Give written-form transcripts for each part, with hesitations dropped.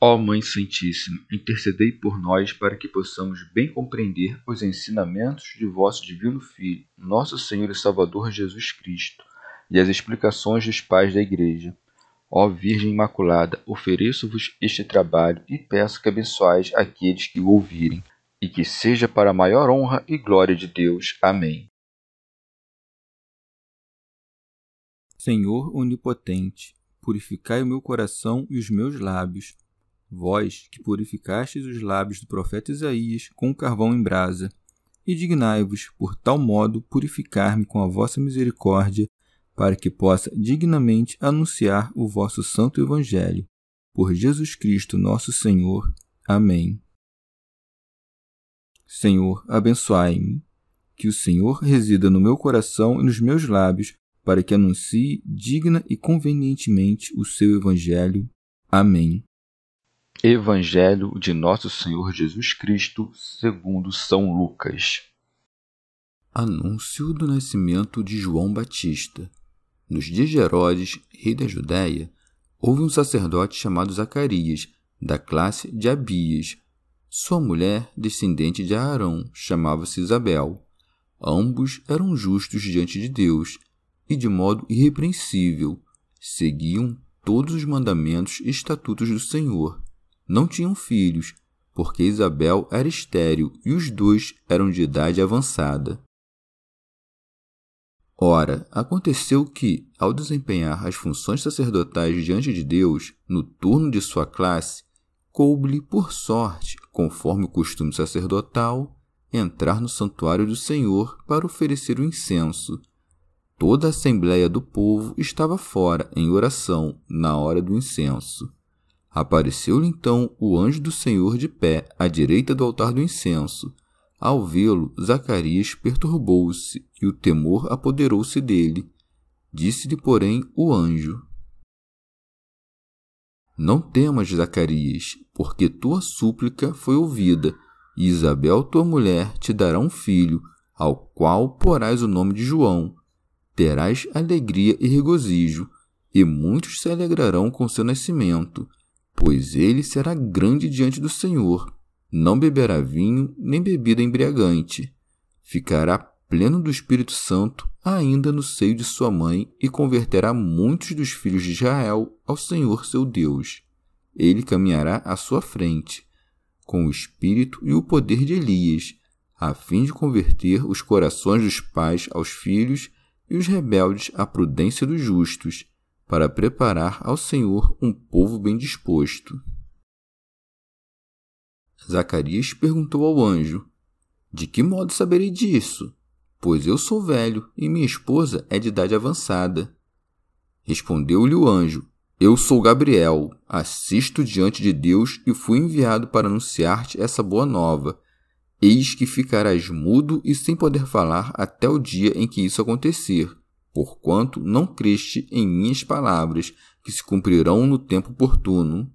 Ó Mãe Santíssima, intercedei por nós para que possamos bem compreender os ensinamentos de vosso Divino Filho, nosso Senhor e Salvador Jesus Cristo, e as explicações dos pais da Igreja. Ó Virgem Imaculada, ofereço-vos este trabalho e peço que abençoais aqueles que o ouvirem, e que seja para a maior honra e glória de Deus. Amém. Senhor onipotente, purificai o meu coração e os meus lábios. Vós, que purificastes os lábios do profeta Isaías com o carvão em brasa, e dignai-vos, por tal modo, purificar-me com a vossa misericórdia, para que possa dignamente anunciar o vosso santo Evangelho. Por Jesus Cristo, nosso Senhor. Amém. Senhor, abençoai-me. Que o Senhor resida no meu coração e nos meus lábios, para que anuncie digna e convenientemente o seu Evangelho. Amém. Evangelho de Nosso Senhor Jesus Cristo, segundo São Lucas. Anúncio do nascimento de João Batista. Nos dias de Herodes, rei da Judéia, houve um sacerdote chamado Zacarias, da classe de Abias. Sua mulher, descendente de Arão, chamava-se Isabel. Ambos eram justos diante de Deus e, de modo irrepreensível, seguiam todos os mandamentos e estatutos do Senhor. Não tinham filhos, porque Isabel era estéril e os dois eram de idade avançada. Ora, aconteceu que, ao desempenhar as funções sacerdotais diante de Deus, no turno de sua classe, coube-lhe, por sorte, conforme o costume sacerdotal, entrar no santuário do Senhor para oferecer o incenso. Toda a assembleia do povo estava fora, em oração, na hora do incenso. Apareceu-lhe então o anjo do Senhor de pé, à direita do altar do incenso. Ao vê-lo, Zacarias perturbou-se, e o temor apoderou-se dele. Disse-lhe, porém, o anjo: Não temas, Zacarias, porque tua súplica foi ouvida, e Isabel, tua mulher, te dará um filho, ao qual porás o nome de João. Terás alegria e regozijo, e muitos se alegrarão com seu nascimento, pois ele será grande diante do Senhor. Não beberá vinho nem bebida embriagante. Ficará pleno do Espírito Santo ainda no seio de sua mãe e converterá muitos dos filhos de Israel ao Senhor seu Deus. Ele caminhará à sua frente, com o espírito e o poder de Elias, a fim de converter os corações dos pais aos filhos e os rebeldes à prudência dos justos, para preparar ao Senhor um povo bem disposto. Zacarias perguntou ao anjo: De que modo saberei disso? Pois eu sou velho e minha esposa é de idade avançada. Respondeu-lhe o anjo: Eu sou Gabriel, assisto diante de Deus e fui enviado para anunciar-te essa boa nova. Eis que ficarás mudo e sem poder falar até o dia em que isso acontecer, porquanto não creste em minhas palavras, que se cumprirão no tempo oportuno.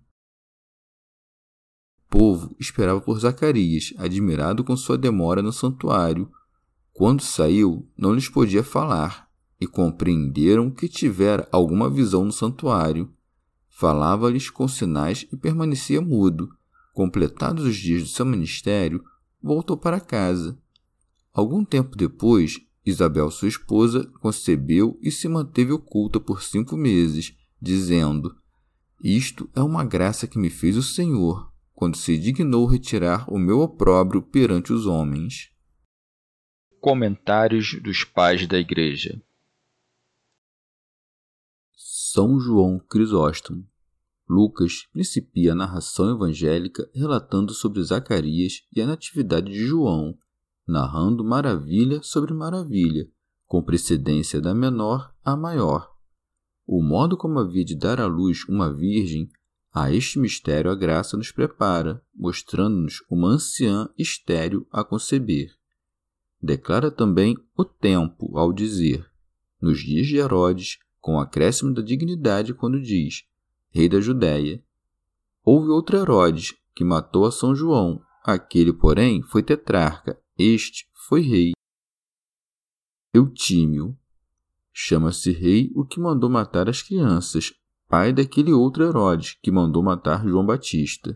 O povo esperava por Zacarias, admirado com sua demora no santuário. Quando saiu, não lhes podia falar, e compreenderam que tivera alguma visão no santuário. Falava-lhes com sinais e permanecia mudo. Completados os dias do seu ministério, voltou para casa. Algum tempo depois, Isabel, sua esposa, concebeu e se manteve oculta por 5 meses, dizendo: Isto é uma graça que me fez o Senhor, quando se dignou retirar o meu opróbrio perante os homens. Comentários dos Pais da Igreja. São João Crisóstomo. Lucas principia a narração evangélica relatando sobre Zacarias e a natividade de João, narrando maravilha sobre maravilha, com precedência da menor à maior. O modo como havia de dar à luz uma virgem, a este mistério a graça nos prepara, mostrando-nos uma anciã estéril a conceber. Declara também o tempo ao dizer, nos dias de Herodes, com acréscimo da dignidade quando diz, rei da Judéia. Houve outro Herodes, que matou a São João, aquele, porém, foi tetrarca, este foi rei. Eutímio. Chama-se rei o que mandou matar as crianças, pai daquele outro Herodes que mandou matar João Batista.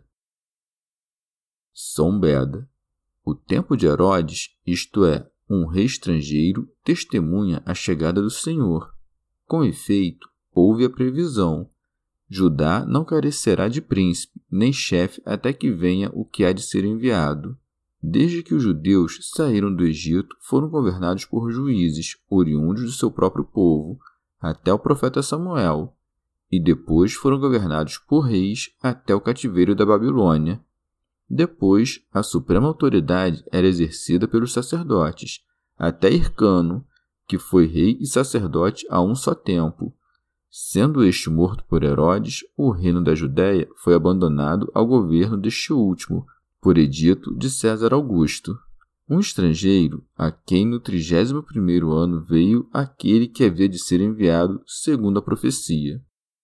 São Beda. O tempo de Herodes, isto é, um rei estrangeiro, testemunha a chegada do Senhor. Com efeito, houve a previsão: Judá não carecerá de príncipe, nem chefe, até que venha o que há de ser enviado. Desde que os judeus saíram do Egito, foram governados por juízes, oriundos do seu próprio povo, até o profeta Samuel, e depois foram governados por reis até o cativeiro da Babilônia. Depois, a suprema autoridade era exercida pelos sacerdotes, até Hircano, que foi rei e sacerdote a um só tempo. Sendo este morto por Herodes, o reino da Judéia foi abandonado ao governo deste último, por edito de César Augusto. Um estrangeiro, a quem no 31º ano veio aquele que havia de ser enviado segundo a profecia.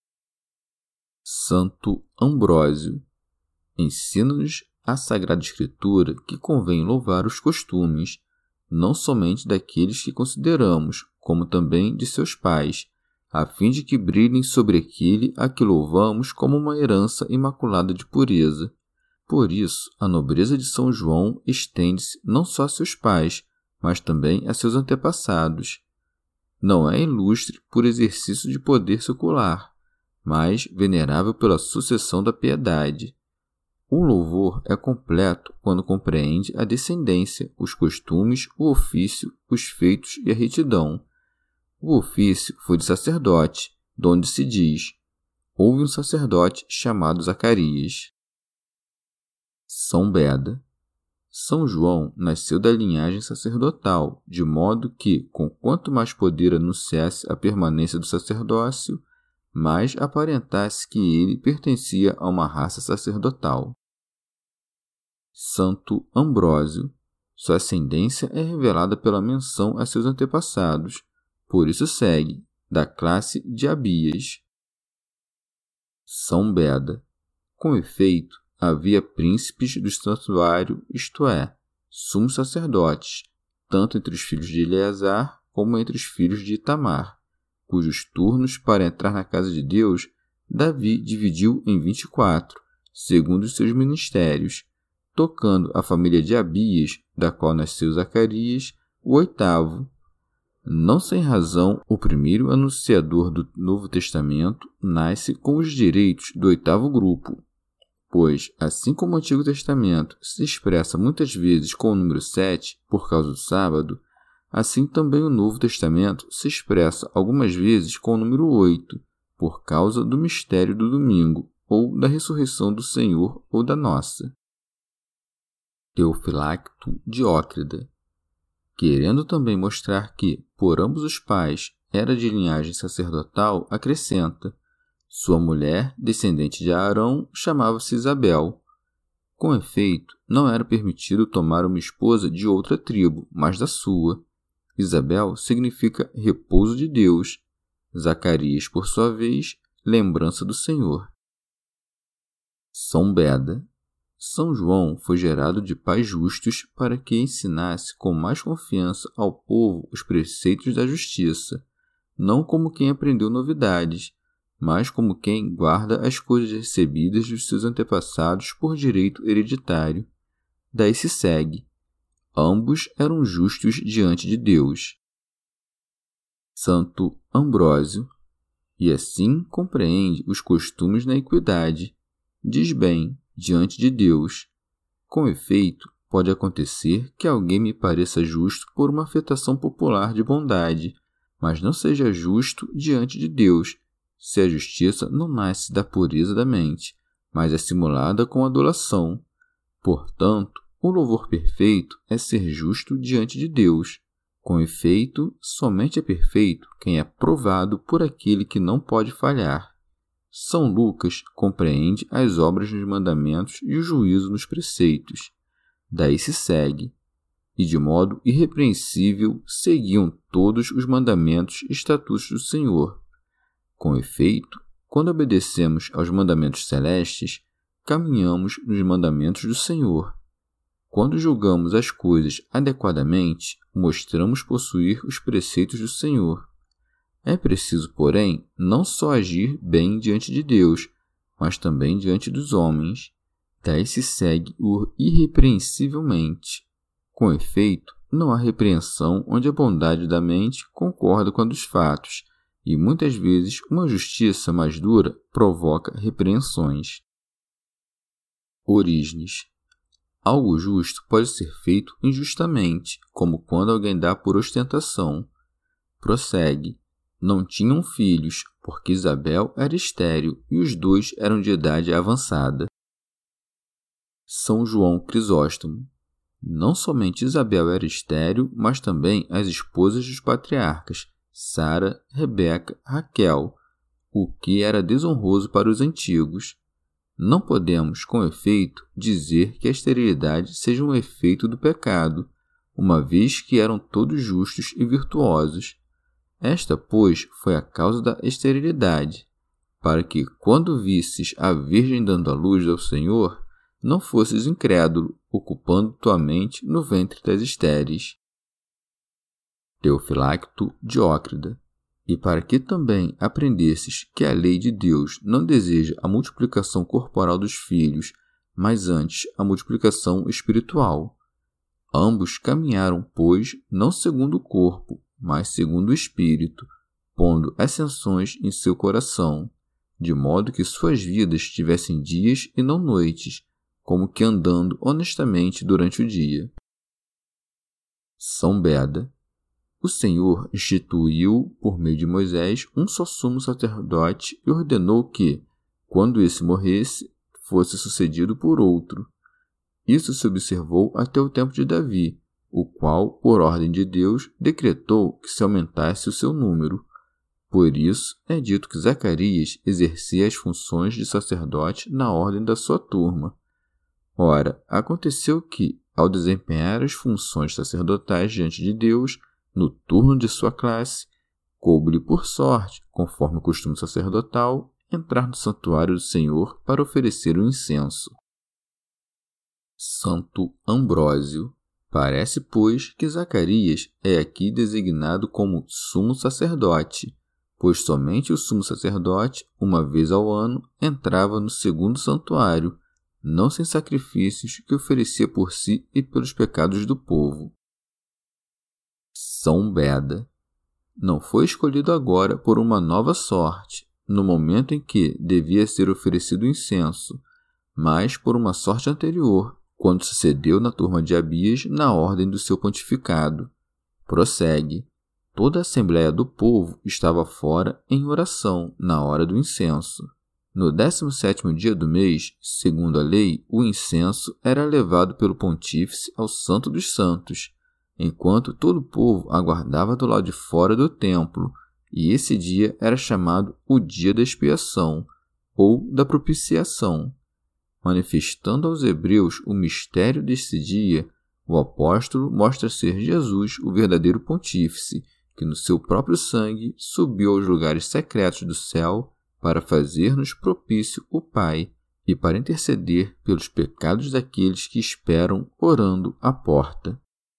Santo Ambrósio. Ensina-nos a Sagrada Escritura que convém louvar os costumes, não somente daqueles que consideramos, como também de seus pais, a fim de que brilhem sobre aquele a que louvamos como uma herança imaculada de pureza. Por isso, a nobreza de São João estende-se não só a seus pais, mas também a seus antepassados. Não é ilustre por exercício de poder secular, mas venerável pela sucessão da piedade. O louvor é completo quando compreende a descendência, os costumes, o ofício, os feitos e a retidão. O ofício foi de sacerdote, donde se diz: houve um sacerdote chamado Zacarias. São Beda. São João nasceu da linhagem sacerdotal, de modo que, com quanto mais poder anunciasse a permanência do sacerdócio, mais aparentasse que ele pertencia a uma raça sacerdotal. Santo Ambrósio. Sua ascendência é revelada pela menção a seus antepassados, por isso segue, da classe de Abias. São Beda. Com efeito, havia príncipes do santuário, isto é, sumos sacerdotes, tanto entre os filhos de Eleazar como entre os filhos de Itamar, cujos turnos para entrar na casa de Deus Davi dividiu em 24, segundo os seus ministérios, tocando a família de Abias, da qual nasceu Zacarias, o 8º. Não sem razão, o primeiro anunciador do Novo Testamento nasce com os direitos do 8º grupo, pois, assim como o Antigo Testamento se expressa muitas vezes com o número 7 por causa do sábado, assim também o Novo Testamento se expressa algumas vezes com o número 8, por causa do mistério do domingo, ou da ressurreição do Senhor ou da nossa. Teofilacto Diócrida. Querendo também mostrar que, por ambos os pais, era de linhagem sacerdotal, acrescenta: sua mulher, descendente de Arão, chamava-se Isabel. Com efeito, não era permitido tomar uma esposa de outra tribo, mas da sua. Isabel significa repouso de Deus. Zacarias, por sua vez, lembrança do Senhor. São Beda. São João foi gerado de pais justos para que ensinasse com mais confiança ao povo os preceitos da justiça, não como quem aprendeu novidades, mas como quem guarda as coisas recebidas dos seus antepassados por direito hereditário. Daí se segue: ambos eram justos diante de Deus. Santo Ambrósio. E assim compreende os costumes na equidade. Diz bem, diante de Deus. Com efeito, pode acontecer que alguém me pareça justo por uma afetação popular de bondade, mas não seja justo diante de Deus, se a justiça não nasce da pureza da mente, mas é simulada com adulação. Portanto, o louvor perfeito é ser justo diante de Deus. Com efeito, somente é perfeito quem é provado por aquele que não pode falhar. São Lucas compreende as obras nos mandamentos e o juízo nos preceitos. Daí se segue: e de modo irrepreensível seguiam todos os mandamentos e estatutos do Senhor. Com efeito, quando obedecemos aos mandamentos celestes, caminhamos nos mandamentos do Senhor. Quando julgamos as coisas adequadamente, mostramos possuir os preceitos do Senhor. É preciso, porém, não só agir bem diante de Deus, mas também diante dos homens. Daí se segue o irrepreensivelmente. Com efeito, não há repreensão onde a bondade da mente concorda com a dos fatos, e muitas vezes uma justiça mais dura provoca repreensões. Orígenes. Algo justo pode ser feito injustamente, como quando alguém dá por ostentação. Prossegue. Não tinham filhos, porque Isabel era estéril e os dois eram de idade avançada. São João Crisóstomo. Não somente Isabel era estéril, mas também as esposas dos patriarcas, Sara, Rebeca, Raquel, o que era desonroso para os antigos. Não podemos, com efeito, dizer que a esterilidade seja um efeito do pecado, uma vez que eram todos justos e virtuosos. Esta, pois, foi a causa da esterilidade, para que, quando visses a Virgem dando à luz ao Senhor, não fosses incrédulo, ocupando tua mente no ventre das estéreis. Teofilacto Diócrida. E para que também aprendesses que a lei de Deus não deseja a multiplicação corporal dos filhos, mas antes a multiplicação espiritual. Ambos caminharam, pois, não segundo o corpo, mas segundo o espírito, pondo ascensões em seu coração, de modo que suas vidas tivessem dias e não noites, como que andando honestamente durante o dia. São Beda. O Senhor instituiu, por meio de Moisés, um só sumo sacerdote e ordenou que, quando esse morresse, fosse sucedido por outro. Isso se observou até o tempo de Davi, o qual, por ordem de Deus, decretou que se aumentasse o seu número. Por isso, é dito que Zacarias exercia as funções de sacerdote na ordem da sua turma. Ora, aconteceu que, ao desempenhar as funções sacerdotais diante de Deus, no turno de sua classe, coube-lhe por sorte, conforme o costume sacerdotal, entrar no santuário do Senhor para oferecer o incenso. Santo Ambrósio. Parece, pois, que Zacarias é aqui designado como sumo sacerdote, pois somente o sumo sacerdote, uma vez ao ano, entrava no segundo santuário, não sem sacrifícios que oferecia por si e pelos pecados do povo. São Beda. Não foi escolhido agora por uma nova sorte, no momento em que devia ser oferecido incenso, mas por uma sorte anterior, quando sucedeu na turma de Abias na ordem do seu pontificado. Prossegue. Toda a assembleia do povo estava fora em oração na hora do incenso. No 17º dia do mês, segundo a lei, o incenso era levado pelo pontífice ao Santo dos Santos, enquanto todo o povo aguardava do lado de fora do templo, e esse dia era chamado o dia da expiação, ou da propiciação. Manifestando aos hebreus o mistério desse dia, o apóstolo mostra ser Jesus o verdadeiro pontífice, que no seu próprio sangue subiu aos lugares secretos do céu para fazer-nos propício o Pai e para interceder pelos pecados daqueles que esperam orando à porta.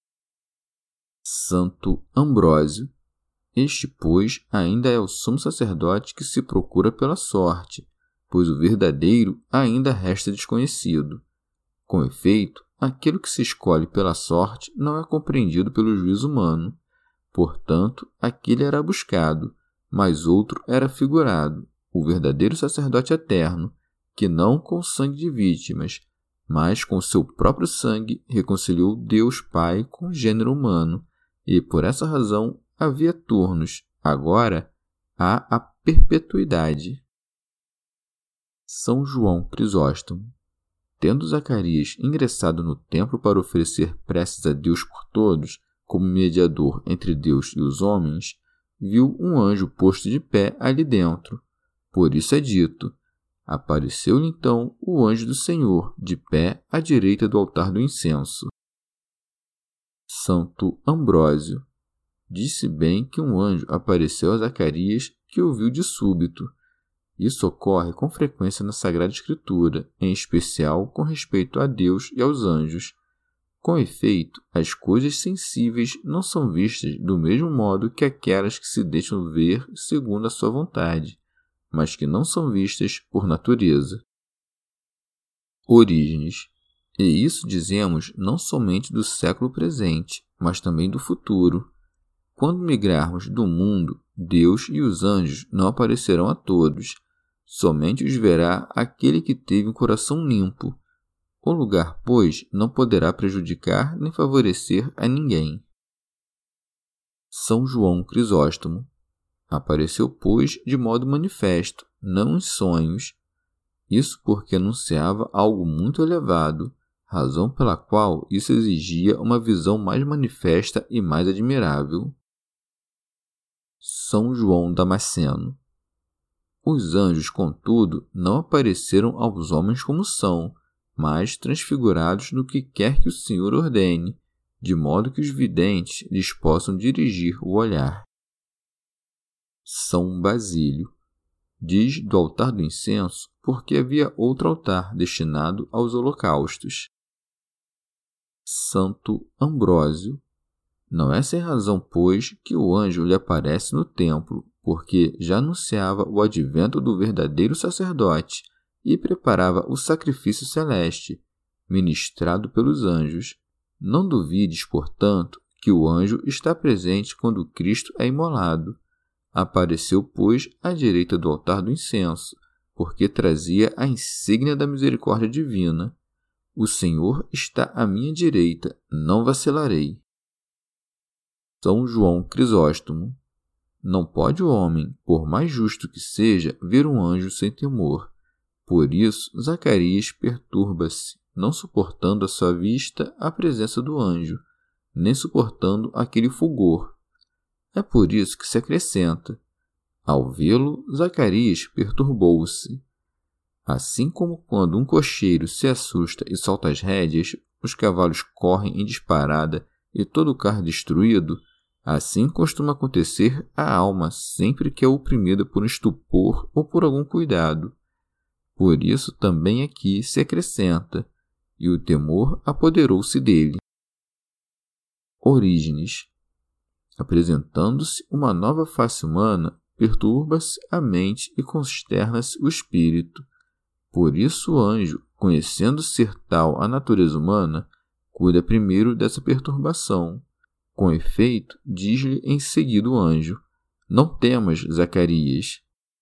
Santo Ambrósio. Este, pois, ainda é o sumo sacerdote que se procura pela sorte, pois o verdadeiro ainda resta desconhecido. Com efeito, aquilo que se escolhe pela sorte não é compreendido pelo juízo humano. Portanto, aquele era buscado, mas outro era figurado, o verdadeiro sacerdote eterno, que não com sangue de vítimas, mas com seu próprio sangue reconciliou Deus Pai com o gênero humano, e por essa razão havia turnos, agora há a perpetuidade. São João Crisóstomo. Tendo Zacarias ingressado no templo para oferecer preces a Deus por todos, como mediador entre Deus e os homens, viu um anjo posto de pé ali dentro. Por isso é dito: apareceu-lhe então o anjo do Senhor, de pé à direita do altar do incenso. Santo Ambrósio. Disse bem que um anjo apareceu a Zacarias, que o viu de súbito. Isso ocorre com frequência na Sagrada Escritura, em especial com respeito a Deus e aos anjos. Com efeito, as coisas sensíveis não são vistas do mesmo modo que aquelas que se deixam ver segundo a sua vontade, mas que não são vistas por natureza. Orígenes. E isso dizemos não somente do século presente, mas também do futuro. Quando migrarmos do mundo, Deus e os anjos não aparecerão a todos, somente os verá aquele que teve um coração limpo. O lugar, pois, não poderá prejudicar nem favorecer a ninguém. São João Crisóstomo. Apareceu, pois, de modo manifesto, não em sonhos. Isso porque anunciava algo muito elevado, razão pela qual isso exigia uma visão mais manifesta e mais admirável. São João Damasceno. Os anjos, contudo, não apareceram aos homens como são, mas transfigurados no que quer que o Senhor ordene, de modo que os videntes lhes possam dirigir o olhar. São Basílio. Diz do altar do incenso porque havia outro altar destinado aos holocaustos. Santo Ambrósio. Não é sem razão, pois, que o anjo lhe aparece no templo, porque já anunciava o advento do verdadeiro sacerdote e preparava o sacrifício celeste, ministrado pelos anjos. Não duvides, portanto, que o anjo está presente quando Cristo é imolado. Apareceu, pois, à direita do altar do incenso, porque trazia a insígnia da misericórdia divina. O Senhor está à minha direita, não vacilarei. São João Crisóstomo. Não pode o homem, por mais justo que seja, ver um anjo sem temor. Por isso, Zacarias perturba-se, não suportando à sua vista a presença do anjo, nem suportando aquele fulgor. É por isso que se acrescenta: ao vê-lo, Zacarias perturbou-se. Assim como quando um cocheiro se assusta e solta as rédeas, os cavalos correm em disparada e todo o carro destruído, assim costuma acontecer à alma sempre que é oprimida por um estupor ou por algum cuidado. Por isso também aqui se acrescenta: e o temor apoderou-se dele. Orígenes. Apresentando-se uma nova face humana, perturba-se a mente e consterna-se o espírito. Por isso o anjo, conhecendo ser tal a natureza humana, cuida primeiro dessa perturbação. Com efeito, diz-lhe em seguida o anjo: não temas, Zacarias.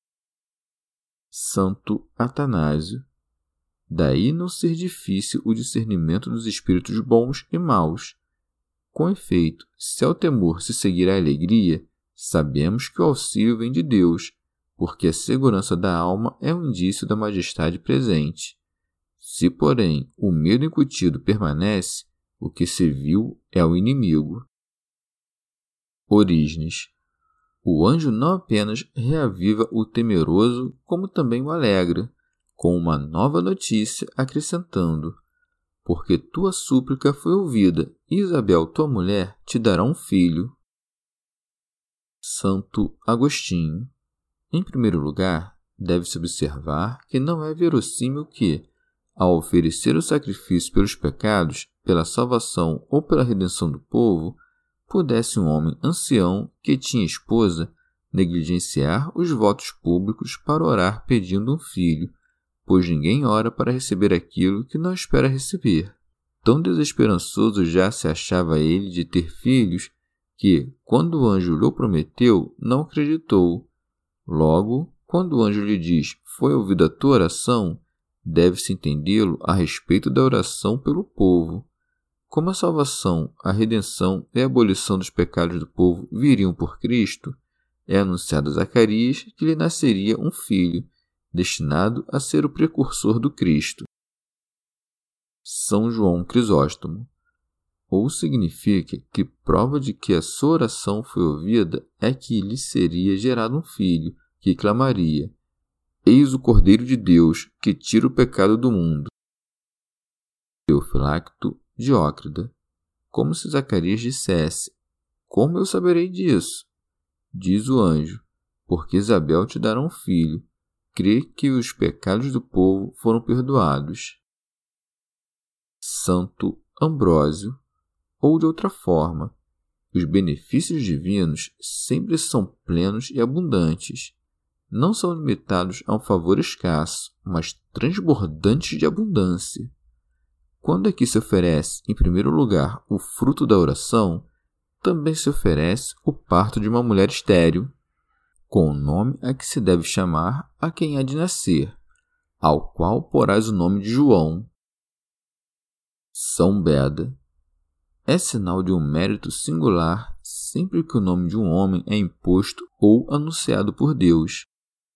Santo Atanásio. Daí não ser difícil o discernimento dos espíritos bons e maus. Com efeito, se ao temor se seguir a alegria, sabemos que o auxílio vem de Deus, porque a segurança da alma é um indício da majestade presente. Se, porém, o medo incutido permanece, o que se viu é o inimigo. Orígenes. O anjo não apenas reaviva o temeroso, como também o alegra, com uma nova notícia, acrescentando: porque tua súplica foi ouvida, e Isabel, tua mulher, te dará um filho. Santo Agostinho. Em primeiro lugar, deve-se observar que não é verossímil que, ao oferecer o sacrifício pelos pecados, pela salvação ou pela redenção do povo, pudesse um homem ancião que tinha esposa negligenciar os votos públicos para orar pedindo um filho, pois ninguém ora para receber aquilo que não espera receber. Tão desesperançoso já se achava ele de ter filhos que, quando o anjo lhe prometeu, não acreditou. Logo, quando o anjo lhe diz: foi ouvida a tua oração, deve-se entendê-lo a respeito da oração pelo povo. Como a salvação, a redenção e a abolição dos pecados do povo viriam por Cristo, é anunciado a Zacarias que lhe nasceria um filho, destinado a ser o precursor do Cristo. São João Crisóstomo. Ou significa que prova de que a sua oração foi ouvida é que lhe seria gerado um filho, que clamaria: eis o Cordeiro de Deus, que tira o pecado do mundo. Teofilacto Diócrida. Como se Zacarias dissesse: como eu saberei disso? Diz o anjo: porque Isabel te dará um filho. Crê que os pecados do povo foram perdoados. Santo Ambrósio, ou de outra forma, os benefícios divinos sempre são plenos e abundantes. Não são limitados a um favor escasso, mas transbordantes de abundância. Quando aqui se oferece, em primeiro lugar, o fruto da oração, também se oferece o parto de uma mulher estéril, com o nome a que se deve chamar a quem há de nascer, ao qual porás o nome de João. São Beda. É sinal de um mérito singular sempre que o nome de um homem é imposto ou anunciado por Deus.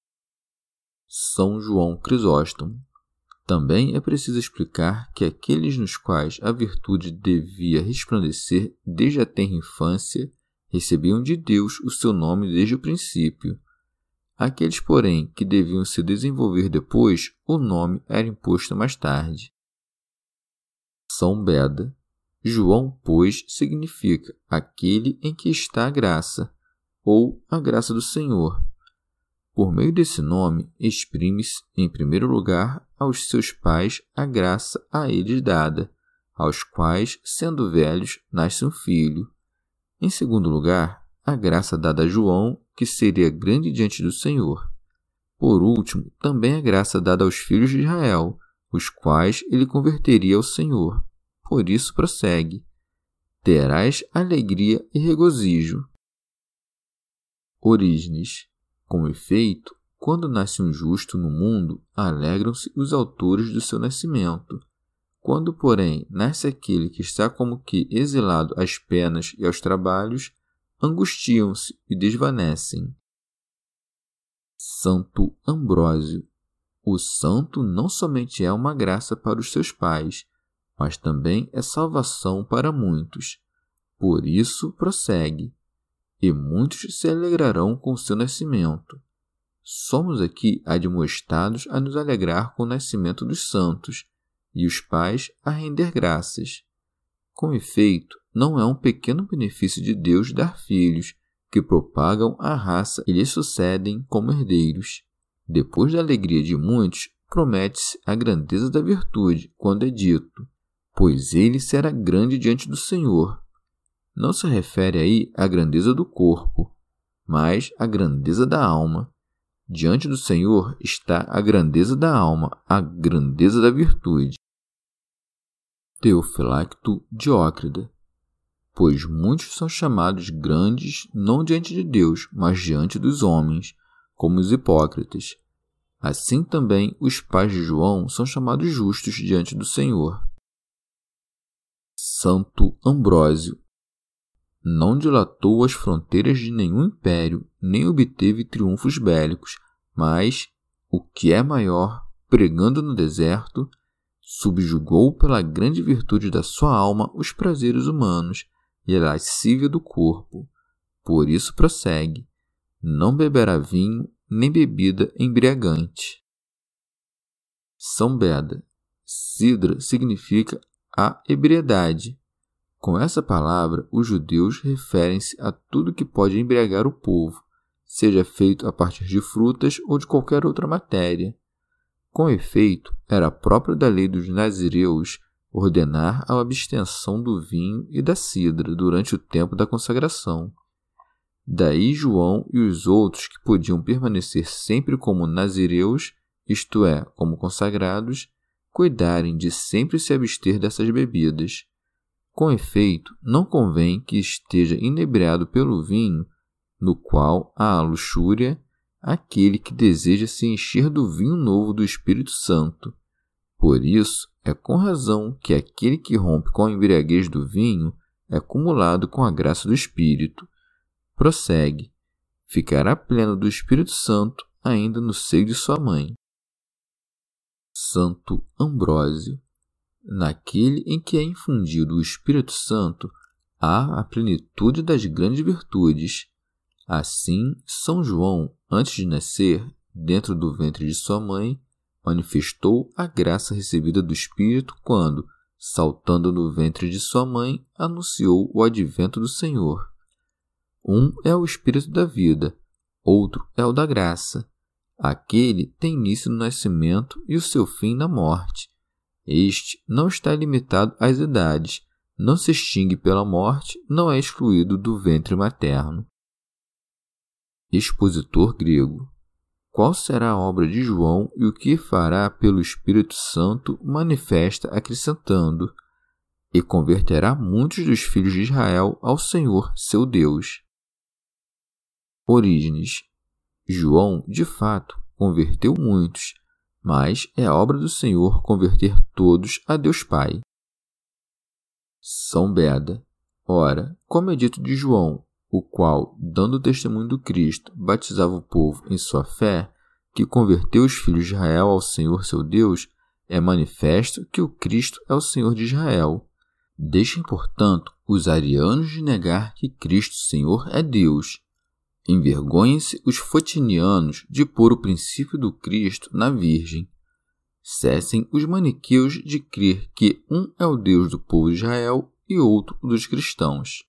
São João Crisóstomo. Também é preciso explicar que aqueles nos quais a virtude devia resplandecer desde a tenra infância recebiam de Deus o seu nome desde o princípio. Aqueles, porém, que deviam se desenvolver depois, o nome era imposto mais tarde. São Beda. João, pois, significa aquele em que está a graça, ou a graça do Senhor. Por meio desse nome, exprime-se, em primeiro lugar, aos seus pais a graça a eles dada, aos quais, sendo velhos, nasce um filho. Em segundo lugar, a graça dada a João, que seria grande diante do Senhor. Por último, também a graça dada aos filhos de Israel, os quais ele converteria ao Senhor. Por isso prossegue: terás alegria e regozijo. Orígenes. Com efeito, quando nasce um justo no mundo, alegram-se os autores do seu nascimento. Quando, porém, nasce aquele que está como que exilado às penas e aos trabalhos, angustiam-se e desvanecem. Santo Ambrósio. O santo não somente é uma graça para os seus pais, mas também é salvação para muitos. Por isso prossegue: e muitos se alegrarão com o seu nascimento. Somos aqui admoestados a nos alegrar com o nascimento dos santos, e os pais a render graças. Com efeito, não é um pequeno benefício de Deus dar filhos, que propagam a raça e lhes sucedem como herdeiros. Depois da alegria de muitos, promete-se a grandeza da virtude, quando é dito: pois ele será grande diante do Senhor. Não se refere aí à grandeza do corpo, mas à grandeza da alma. Diante do Senhor está a grandeza da alma, a grandeza da virtude. Teofilacto Diócrida. Pois muitos são chamados grandes não diante de Deus, mas diante dos homens, como os hipócritas. Assim também os pais de João são chamados justos diante do Senhor. Santo Ambrósio. Não dilatou as fronteiras de nenhum império, nem obteve triunfos bélicos, mas, o que é maior, pregando no deserto, subjugou pela grande virtude da sua alma os prazeres humanos e a lascívia do corpo. Por isso prossegue: não beberá vinho, nem bebida embriagante. São Beda. Sidra significa a ebriedade. Com essa palavra, os judeus referem-se a tudo que pode embriagar o povo, seja feito a partir de frutas ou de qualquer outra matéria. Com efeito, era próprio da lei dos nazireus ordenar a abstenção do vinho e da cidra durante o tempo da consagração. Daí João e os outros que podiam permanecer sempre como nazireus, isto é, como consagrados, cuidarem de sempre se abster dessas bebidas. Com efeito, não convém que esteja inebriado pelo vinho, no qual há a luxúria, aquele que deseja se encher do vinho novo do Espírito Santo. Por isso, é com razão que aquele que rompe com a embriaguez do vinho é acumulado com a graça do Espírito. Prossegue: ficará pleno do Espírito Santo ainda no seio de sua mãe. Santo Ambrósio. Naquele em que é infundido o Espírito Santo, há a plenitude das grandes virtudes. Assim, São João, antes de nascer, dentro do ventre de sua mãe, manifestou a graça recebida do Espírito quando, saltando no ventre de sua mãe, anunciou o advento do Senhor. Um é o Espírito da vida, outro é o da graça. Aquele tem início no nascimento e o seu fim na morte. Este não está limitado às idades, não se extingue pela morte, não é excluído do ventre materno. Expositor grego. Qual será a obra de João e o que fará pelo Espírito Santo manifesta acrescentando: e converterá muitos dos filhos de Israel ao Senhor, seu Deus. Orígenes. João, de fato, converteu muitos, mas é obra do Senhor converter todos a Deus Pai. São Beda. Ora, como é dito de João, o qual, dando testemunho do Cristo, batizava o povo em sua fé, que converteu os filhos de Israel ao Senhor seu Deus, é manifesto que o Cristo é o Senhor de Israel. Deixem, portanto, os arianos de negar que Cristo Senhor é Deus. Envergonhem-se os fotinianos de pôr o princípio do Cristo na Virgem. Cessem os maniqueus de crer que um é o Deus do povo de Israel e outro o dos cristãos.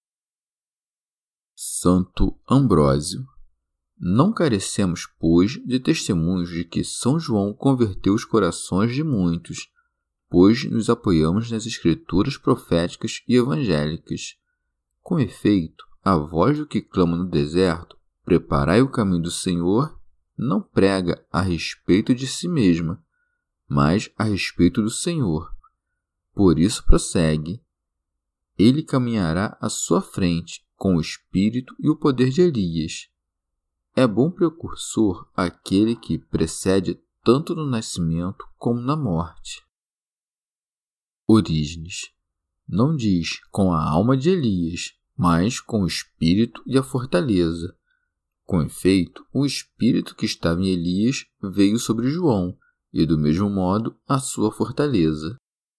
Santo Ambrósio. Não carecemos, pois, de testemunhos de que São João converteu os corações de muitos, pois nos apoiamos nas escrituras proféticas e evangélicas. Com efeito, a voz do que clama no deserto, preparai o caminho do Senhor, não prega a respeito de si mesma, mas a respeito do Senhor. Por isso prossegue: ele caminhará à sua frente com o espírito e o poder de Elias. É bom precursor aquele que precede tanto no nascimento como na morte. Orígenes. Não diz com a alma de Elias, mas com o espírito e a fortaleza. Com efeito, o espírito que estava em Elias veio sobre João, e do mesmo modo a sua fortaleza.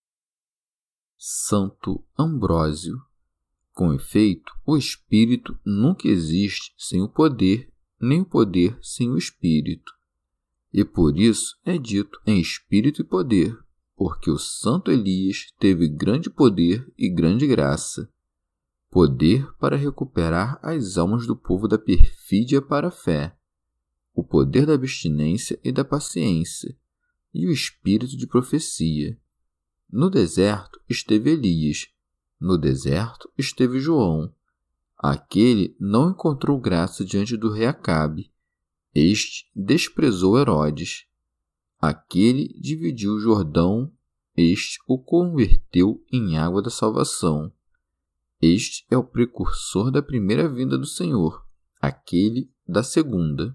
Santo Ambrósio. Com efeito, o espírito nunca existe sem o poder, nem o poder sem o espírito. E por isso é dito em espírito e poder, porque o santo Elias teve grande poder e grande graça. Poder para recuperar as almas do povo da perfídia para a fé, o poder da abstinência e da paciência, e o espírito de profecia. No deserto esteve Elias, no deserto esteve João. Aquele não encontrou graça diante do rei Acabe. Este desprezou Herodes. Aquele dividiu o Jordão, este o converteu em água da salvação. Este é o precursor da primeira vinda do Senhor, aquele da segunda.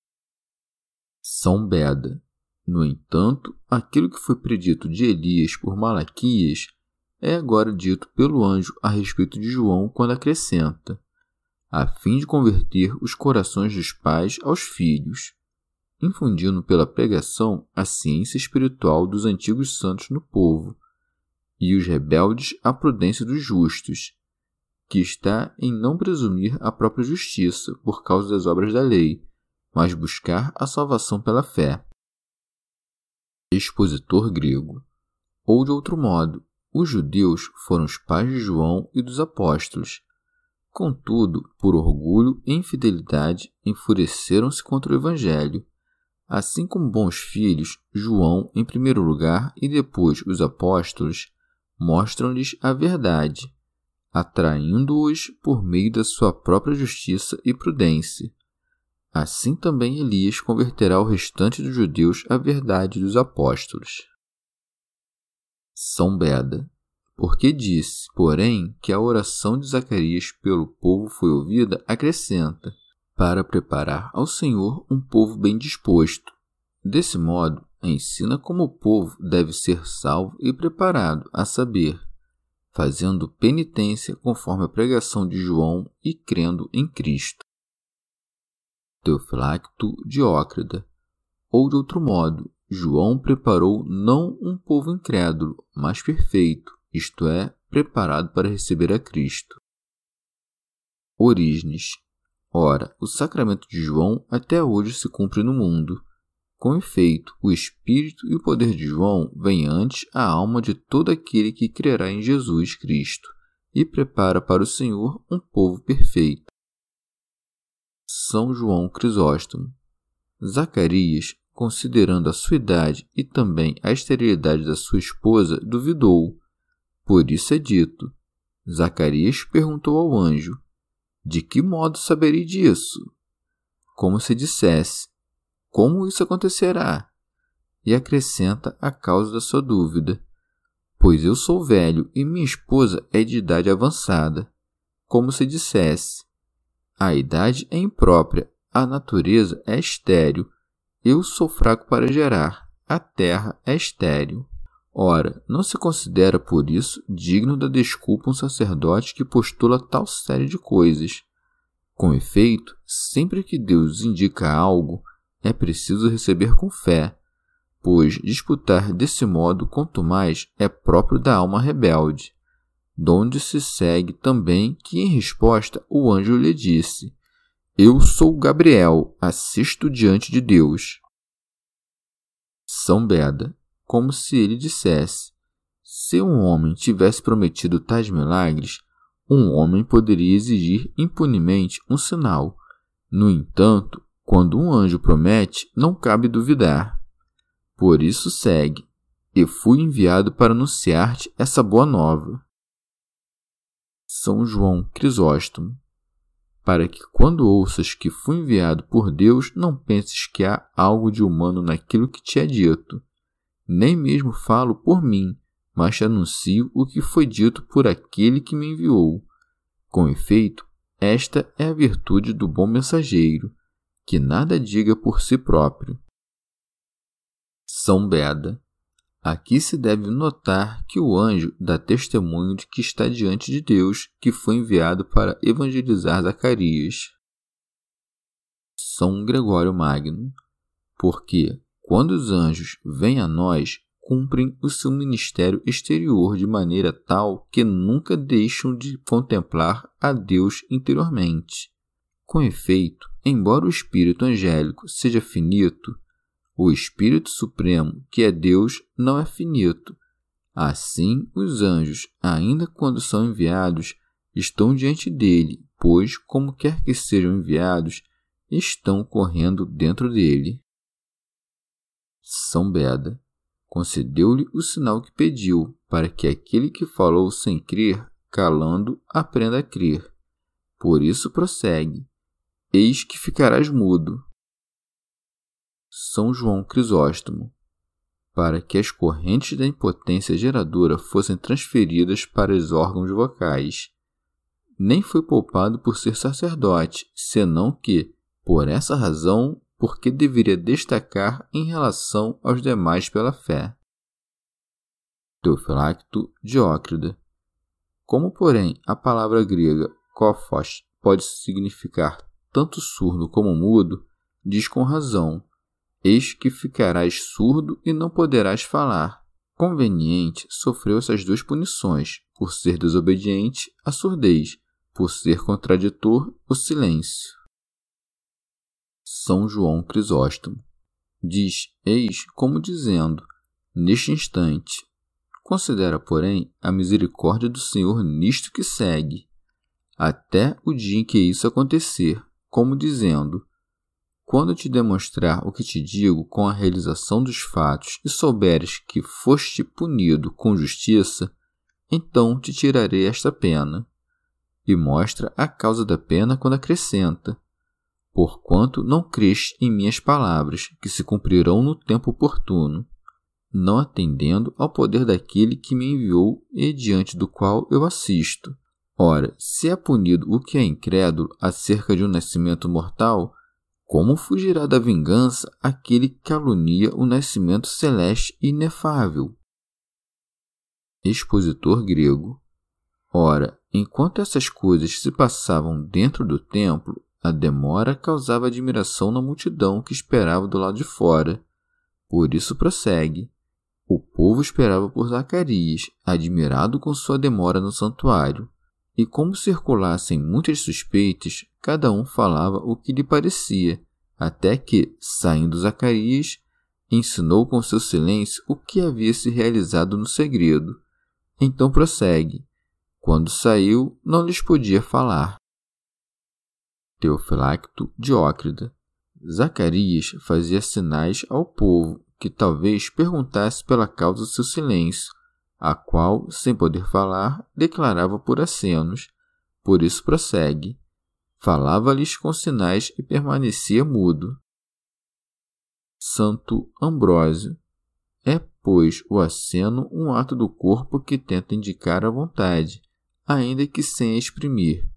São Beda. No entanto, aquilo que foi predito de Elias por Malaquias é agora dito pelo anjo a respeito de João quando acrescenta: a fim de converter os corações dos pais aos filhos, infundindo pela pregação a ciência espiritual dos antigos santos no povo, e os rebeldes a prudência dos justos, que está em não presumir a própria justiça por causa das obras da lei, mas buscar a salvação pela fé. Expositor grego. Ou de outro modo, os judeus foram os pais de João e dos apóstolos. Contudo, por orgulho e infidelidade, enfureceram-se contra o Evangelho. Assim como bons filhos, João, em primeiro lugar, e depois os apóstolos, mostram-lhes a verdade, atraindo-os por meio da sua própria justiça e prudência. Assim também Elias converterá o restante dos judeus à verdade dos apóstolos. São Beda. Porque disse, porém, que a oração de Zacarias pelo povo foi ouvida, acrescenta: para preparar ao Senhor um povo bem disposto. Desse modo, ensina como o povo deve ser salvo e preparado, a saber, fazendo penitência conforme a pregação de João e crendo em Cristo. Teofilacto Diócrida. Ou de outro modo, João preparou não um povo incrédulo, mas perfeito, isto é, preparado para receber a Cristo. Orígenes. Ora, o sacramento de João até hoje se cumpre no mundo. Com efeito, o Espírito e o poder de João vêm antes à alma de todo aquele que crerá em Jesus Cristo e prepara para o Senhor um povo perfeito. São João Crisóstomo. Zacarias, considerando a sua idade e também a esterilidade da sua esposa, duvidou. Por isso é dito: Zacarias perguntou ao anjo: de que modo saberei disso? Como se dissesse: como isso acontecerá? E acrescenta a causa da sua dúvida: pois eu sou velho e minha esposa é de idade avançada. Como se dissesse: a idade é imprópria, a natureza é estéril, eu sou fraco para gerar, a terra é estéril. Ora, não se considera por isso digno da desculpa um sacerdote que postula tal série de coisas. Com efeito, sempre que Deus indica algo, é preciso receber com fé, pois disputar desse modo quanto mais é próprio da alma rebelde. Donde se segue também que em resposta o anjo lhe disse: eu sou Gabriel, assisto diante de Deus. São Beda, como se ele dissesse: se um homem tivesse prometido tais milagres, um homem poderia exigir impunemente um sinal. No entanto, quando um anjo promete, não cabe duvidar. Por isso segue: e fui enviado para anunciar-te essa boa nova. São João Crisóstomo. Para que quando ouças que fui enviado por Deus, não penses que há algo de humano naquilo que te é dito. Nem mesmo falo por mim, mas te anuncio o que foi dito por aquele que me enviou. Com efeito, esta é a virtude do bom mensageiro, que nada diga por si próprio. São Beda. Aqui se deve notar que o anjo dá testemunho de que está diante de Deus, que foi enviado para evangelizar Zacarias. São Gregório Magno. Porque, quando os anjos vêm a nós, cumprem o seu ministério exterior de maneira tal que nunca deixam de contemplar a Deus interiormente. Com efeito, embora o espírito angélico seja finito, o Espírito Supremo, que é Deus, não é finito. Assim, os anjos, ainda quando são enviados, estão diante dele, pois, como quer que sejam enviados, estão correndo dentro dele. São Beda. Concedeu-lhe o sinal que pediu, para que aquele que falou sem crer, calando, aprenda a crer. Por isso prossegue: eis que ficarás mudo. São João Crisóstomo. Para que as correntes da impotência geradora fossem transferidas para os órgãos vocais. Nem foi poupado por ser sacerdote, senão que, por essa razão, porque deveria destacar em relação aos demais pela fé. Teofilacto Diócrida. Como, porém, a palavra grega kóphos pode significar tanto surdo como mudo, diz com razão: eis que ficarás surdo e não poderás falar. Conveniente sofreu essas duas punições: por ser desobediente, a surdez; por ser contraditor, o silêncio. São João Crisóstomo. Diz eis como dizendo: neste instante. Considera, porém, a misericórdia do Senhor nisto que segue, até o dia em que isso acontecer, como dizendo: quando te demonstrar o que te digo com a realização dos fatos e souberes que foste punido com justiça, então te tirarei esta pena. E mostra a causa da pena quando acrescenta: porquanto não creste em minhas palavras, que se cumprirão no tempo oportuno, não atendendo ao poder daquele que me enviou e diante do qual eu assisto. Ora, se é punido o que é incrédulo acerca de um nascimento mortal, como fugirá da vingança aquele que calunia o nascimento celeste e inefável? Expositor grego. Ora, enquanto essas coisas se passavam dentro do templo, a demora causava admiração na multidão que esperava do lado de fora. Por isso prossegue: o povo esperava por Zacarias, admirado com sua demora no santuário. E como circulassem muitas suspeitas, cada um falava o que lhe parecia, até que, saindo Zacarias, ensinou com seu silêncio o que havia se realizado no segredo. Então prossegue: quando saiu, não lhes podia falar. Teofilacto Diócrida. Zacarias fazia sinais ao povo, que talvez perguntasse pela causa do seu silêncio, a qual, sem poder falar, declarava por acenos. Por isso prossegue. Falava-lhes com sinais e permanecia mudo. Santo Ambrósio. É, pois, o aceno um ato do corpo que tenta indicar a vontade, ainda que sem exprimir.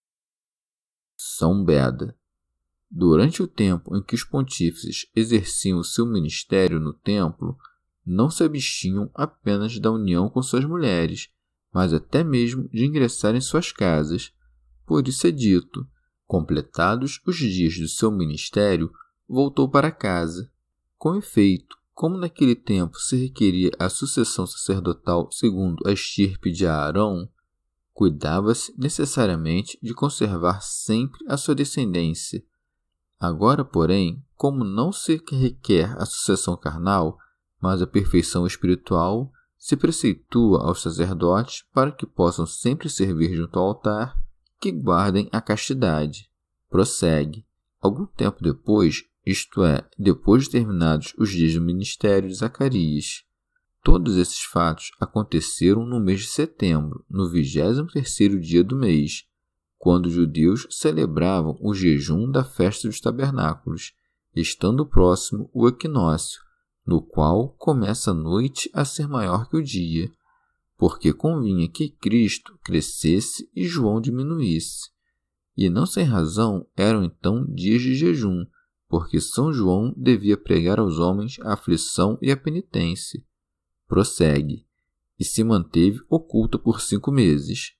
São Beda. Durante o tempo em que os pontífices exerciam seu ministério no templo, não se abstinham apenas da união com suas mulheres, mas até mesmo de ingressar em suas casas. Por isso é dito, completados os dias do seu ministério, voltou para casa. Com efeito, como naquele tempo se requeria a sucessão sacerdotal segundo a estirpe de Arão, cuidava-se necessariamente de conservar sempre a sua descendência. Agora, porém, como não se requer a sucessão carnal, mas a perfeição espiritual, se preceitua aos sacerdotes para que possam sempre servir junto ao altar, que guardem a castidade. Prossegue. Algum tempo depois, isto é, depois de terminados os dias do ministério de Zacarias. Todos esses fatos aconteceram no mês de setembro, no 23º dia do mês, quando os judeus celebravam o jejum da festa dos tabernáculos, estando próximo o equinócio, no qual começa a noite a ser maior que o dia, porque convinha que Cristo crescesse e João diminuísse. E não sem razão eram então dias de jejum, porque São João devia pregar aos homens a aflição e a penitência. Prossegue. E se manteve oculta por 5 meses.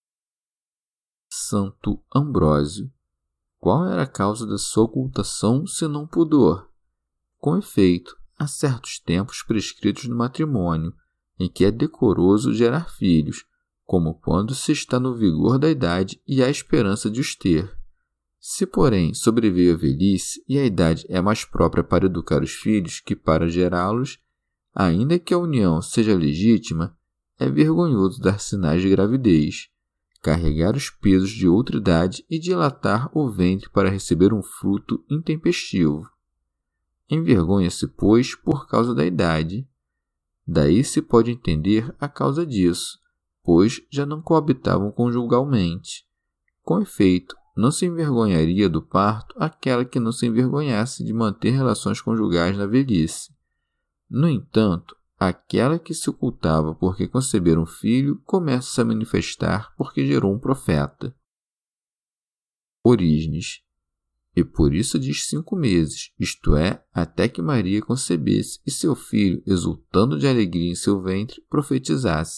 Santo Ambrósio. Qual era a causa da sua ocultação, senão pudor? Com efeito, há certos tempos prescritos no matrimônio, em que é decoroso gerar filhos, como quando se está no vigor da idade e há esperança de os ter. Se, porém, sobreveio a velhice e a idade é mais própria para educar os filhos que para gerá-los, ainda que a união seja legítima, é vergonhoso dar sinais de gravidez, carregar os pesos de outra idade e dilatar o ventre para receber um fruto intempestivo. Envergonha-se, pois, por causa da idade. Daí se pode entender a causa disso, pois já não coabitavam conjugalmente. Com efeito, não se envergonharia do parto aquela que não se envergonhasse de manter relações conjugais na velhice. No entanto, aquela que se ocultava porque concebera um filho começa a se manifestar porque gerou um profeta. Orígenes. E por isso diz 5 meses, isto é, até que Maria concebesse e seu filho, exultando de alegria em seu ventre, profetizasse.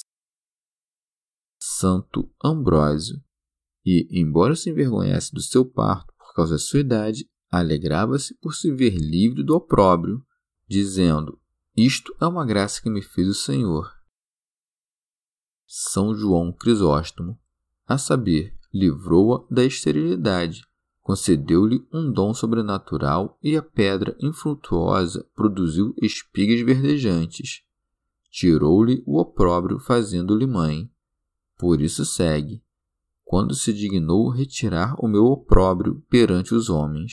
Santo Ambrósio. E, embora se envergonhasse do seu parto por causa da sua idade, alegrava-se por se ver livre do opróbrio, dizendo: isto é uma graça que me fez o Senhor. São João Crisóstomo, a saber, livrou-a da esterilidade, concedeu-lhe um dom sobrenatural e a pedra infrutuosa produziu espigas verdejantes. Tirou-lhe o opróbrio fazendo-lhe mãe. Por isso segue. Quando se dignou retirar o meu opróbrio perante os homens.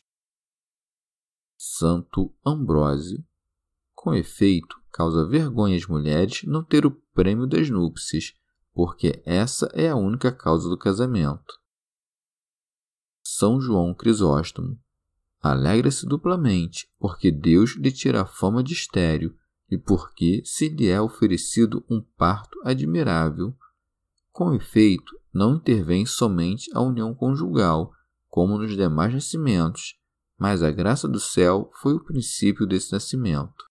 Santo Ambrósio. Com efeito, causa vergonha às mulheres não ter o prêmio das núpcias, porque essa é a única causa do casamento. São João Crisóstomo. Alegra-se duplamente, porque Deus lhe tira a fama de estéril e porque se lhe é oferecido um parto admirável. Com efeito, não intervém somente a união conjugal, como nos demais nascimentos, mas a graça do céu foi o princípio desse nascimento.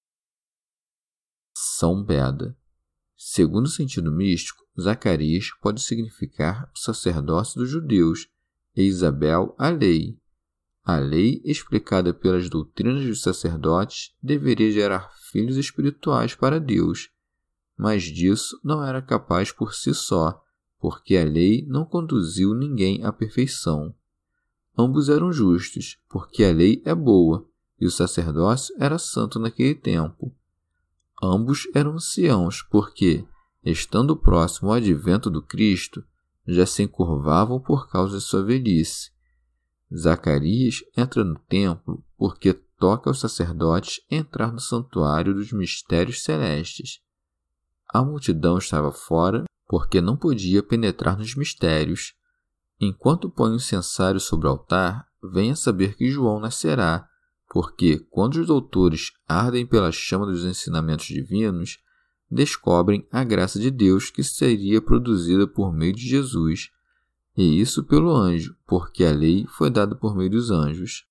São Beda. Segundo o sentido místico, Zacarias pode significar o sacerdócio dos judeus e Isabel a lei. A lei, explicada pelas doutrinas dos sacerdotes, deveria gerar filhos espirituais para Deus, mas disso não era capaz por si só, porque a lei não conduziu ninguém à perfeição. Ambos eram justos, porque a lei é boa, e o sacerdócio era santo naquele tempo. Ambos eram anciãos, porque, estando próximo ao advento do Cristo, já se encurvavam por causa de sua velhice. Zacarias entra no templo porque toca aos sacerdotes entrar no santuário dos mistérios celestes. A multidão estava fora porque não podia penetrar nos mistérios. Enquanto põe o incensário sobre o altar, venha saber que João nascerá, porque quando os doutores ardem pela chama dos ensinamentos divinos, descobrem a graça de Deus que seria produzida por meio de Jesus, e isso pelo anjo, porque a lei foi dada por meio dos anjos.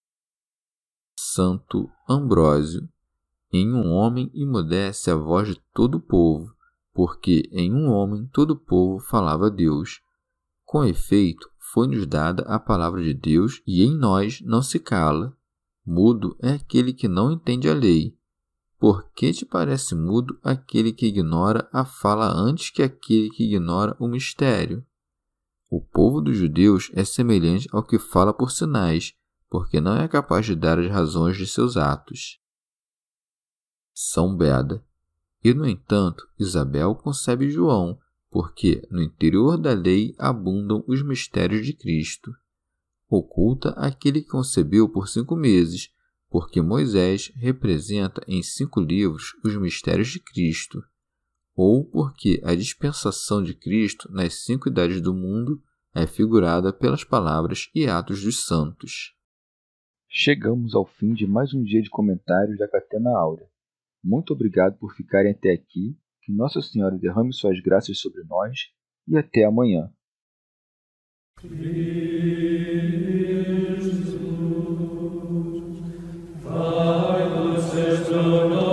Santo Ambrósio. Em um homem emudece a voz de todo o povo, porque em um homem todo o povo falava Deus. Com efeito, foi-nos dada a palavra de Deus e em nós não se cala. Mudo é aquele que não entende a lei. Por que te parece mudo aquele que ignora a fala antes que aquele que ignora o mistério? O povo dos judeus é semelhante ao que fala por sinais, porque não é capaz de dar as razões de seus atos. São Beda. E, no entanto, Isabel concebe João, porque no interior da lei abundam os mistérios de Cristo. Oculta aquele que concebeu por 5 meses, porque Moisés representa em 5 livros os mistérios de Cristo, ou porque a dispensação de Cristo nas 5 idades do mundo é figurada pelas palavras e atos dos santos. Chegamos ao fim de mais um dia de comentários da Catena Áurea. Muito obrigado por ficarem até aqui, que Nossa Senhora derrame suas graças sobre nós e até amanhã. Vai,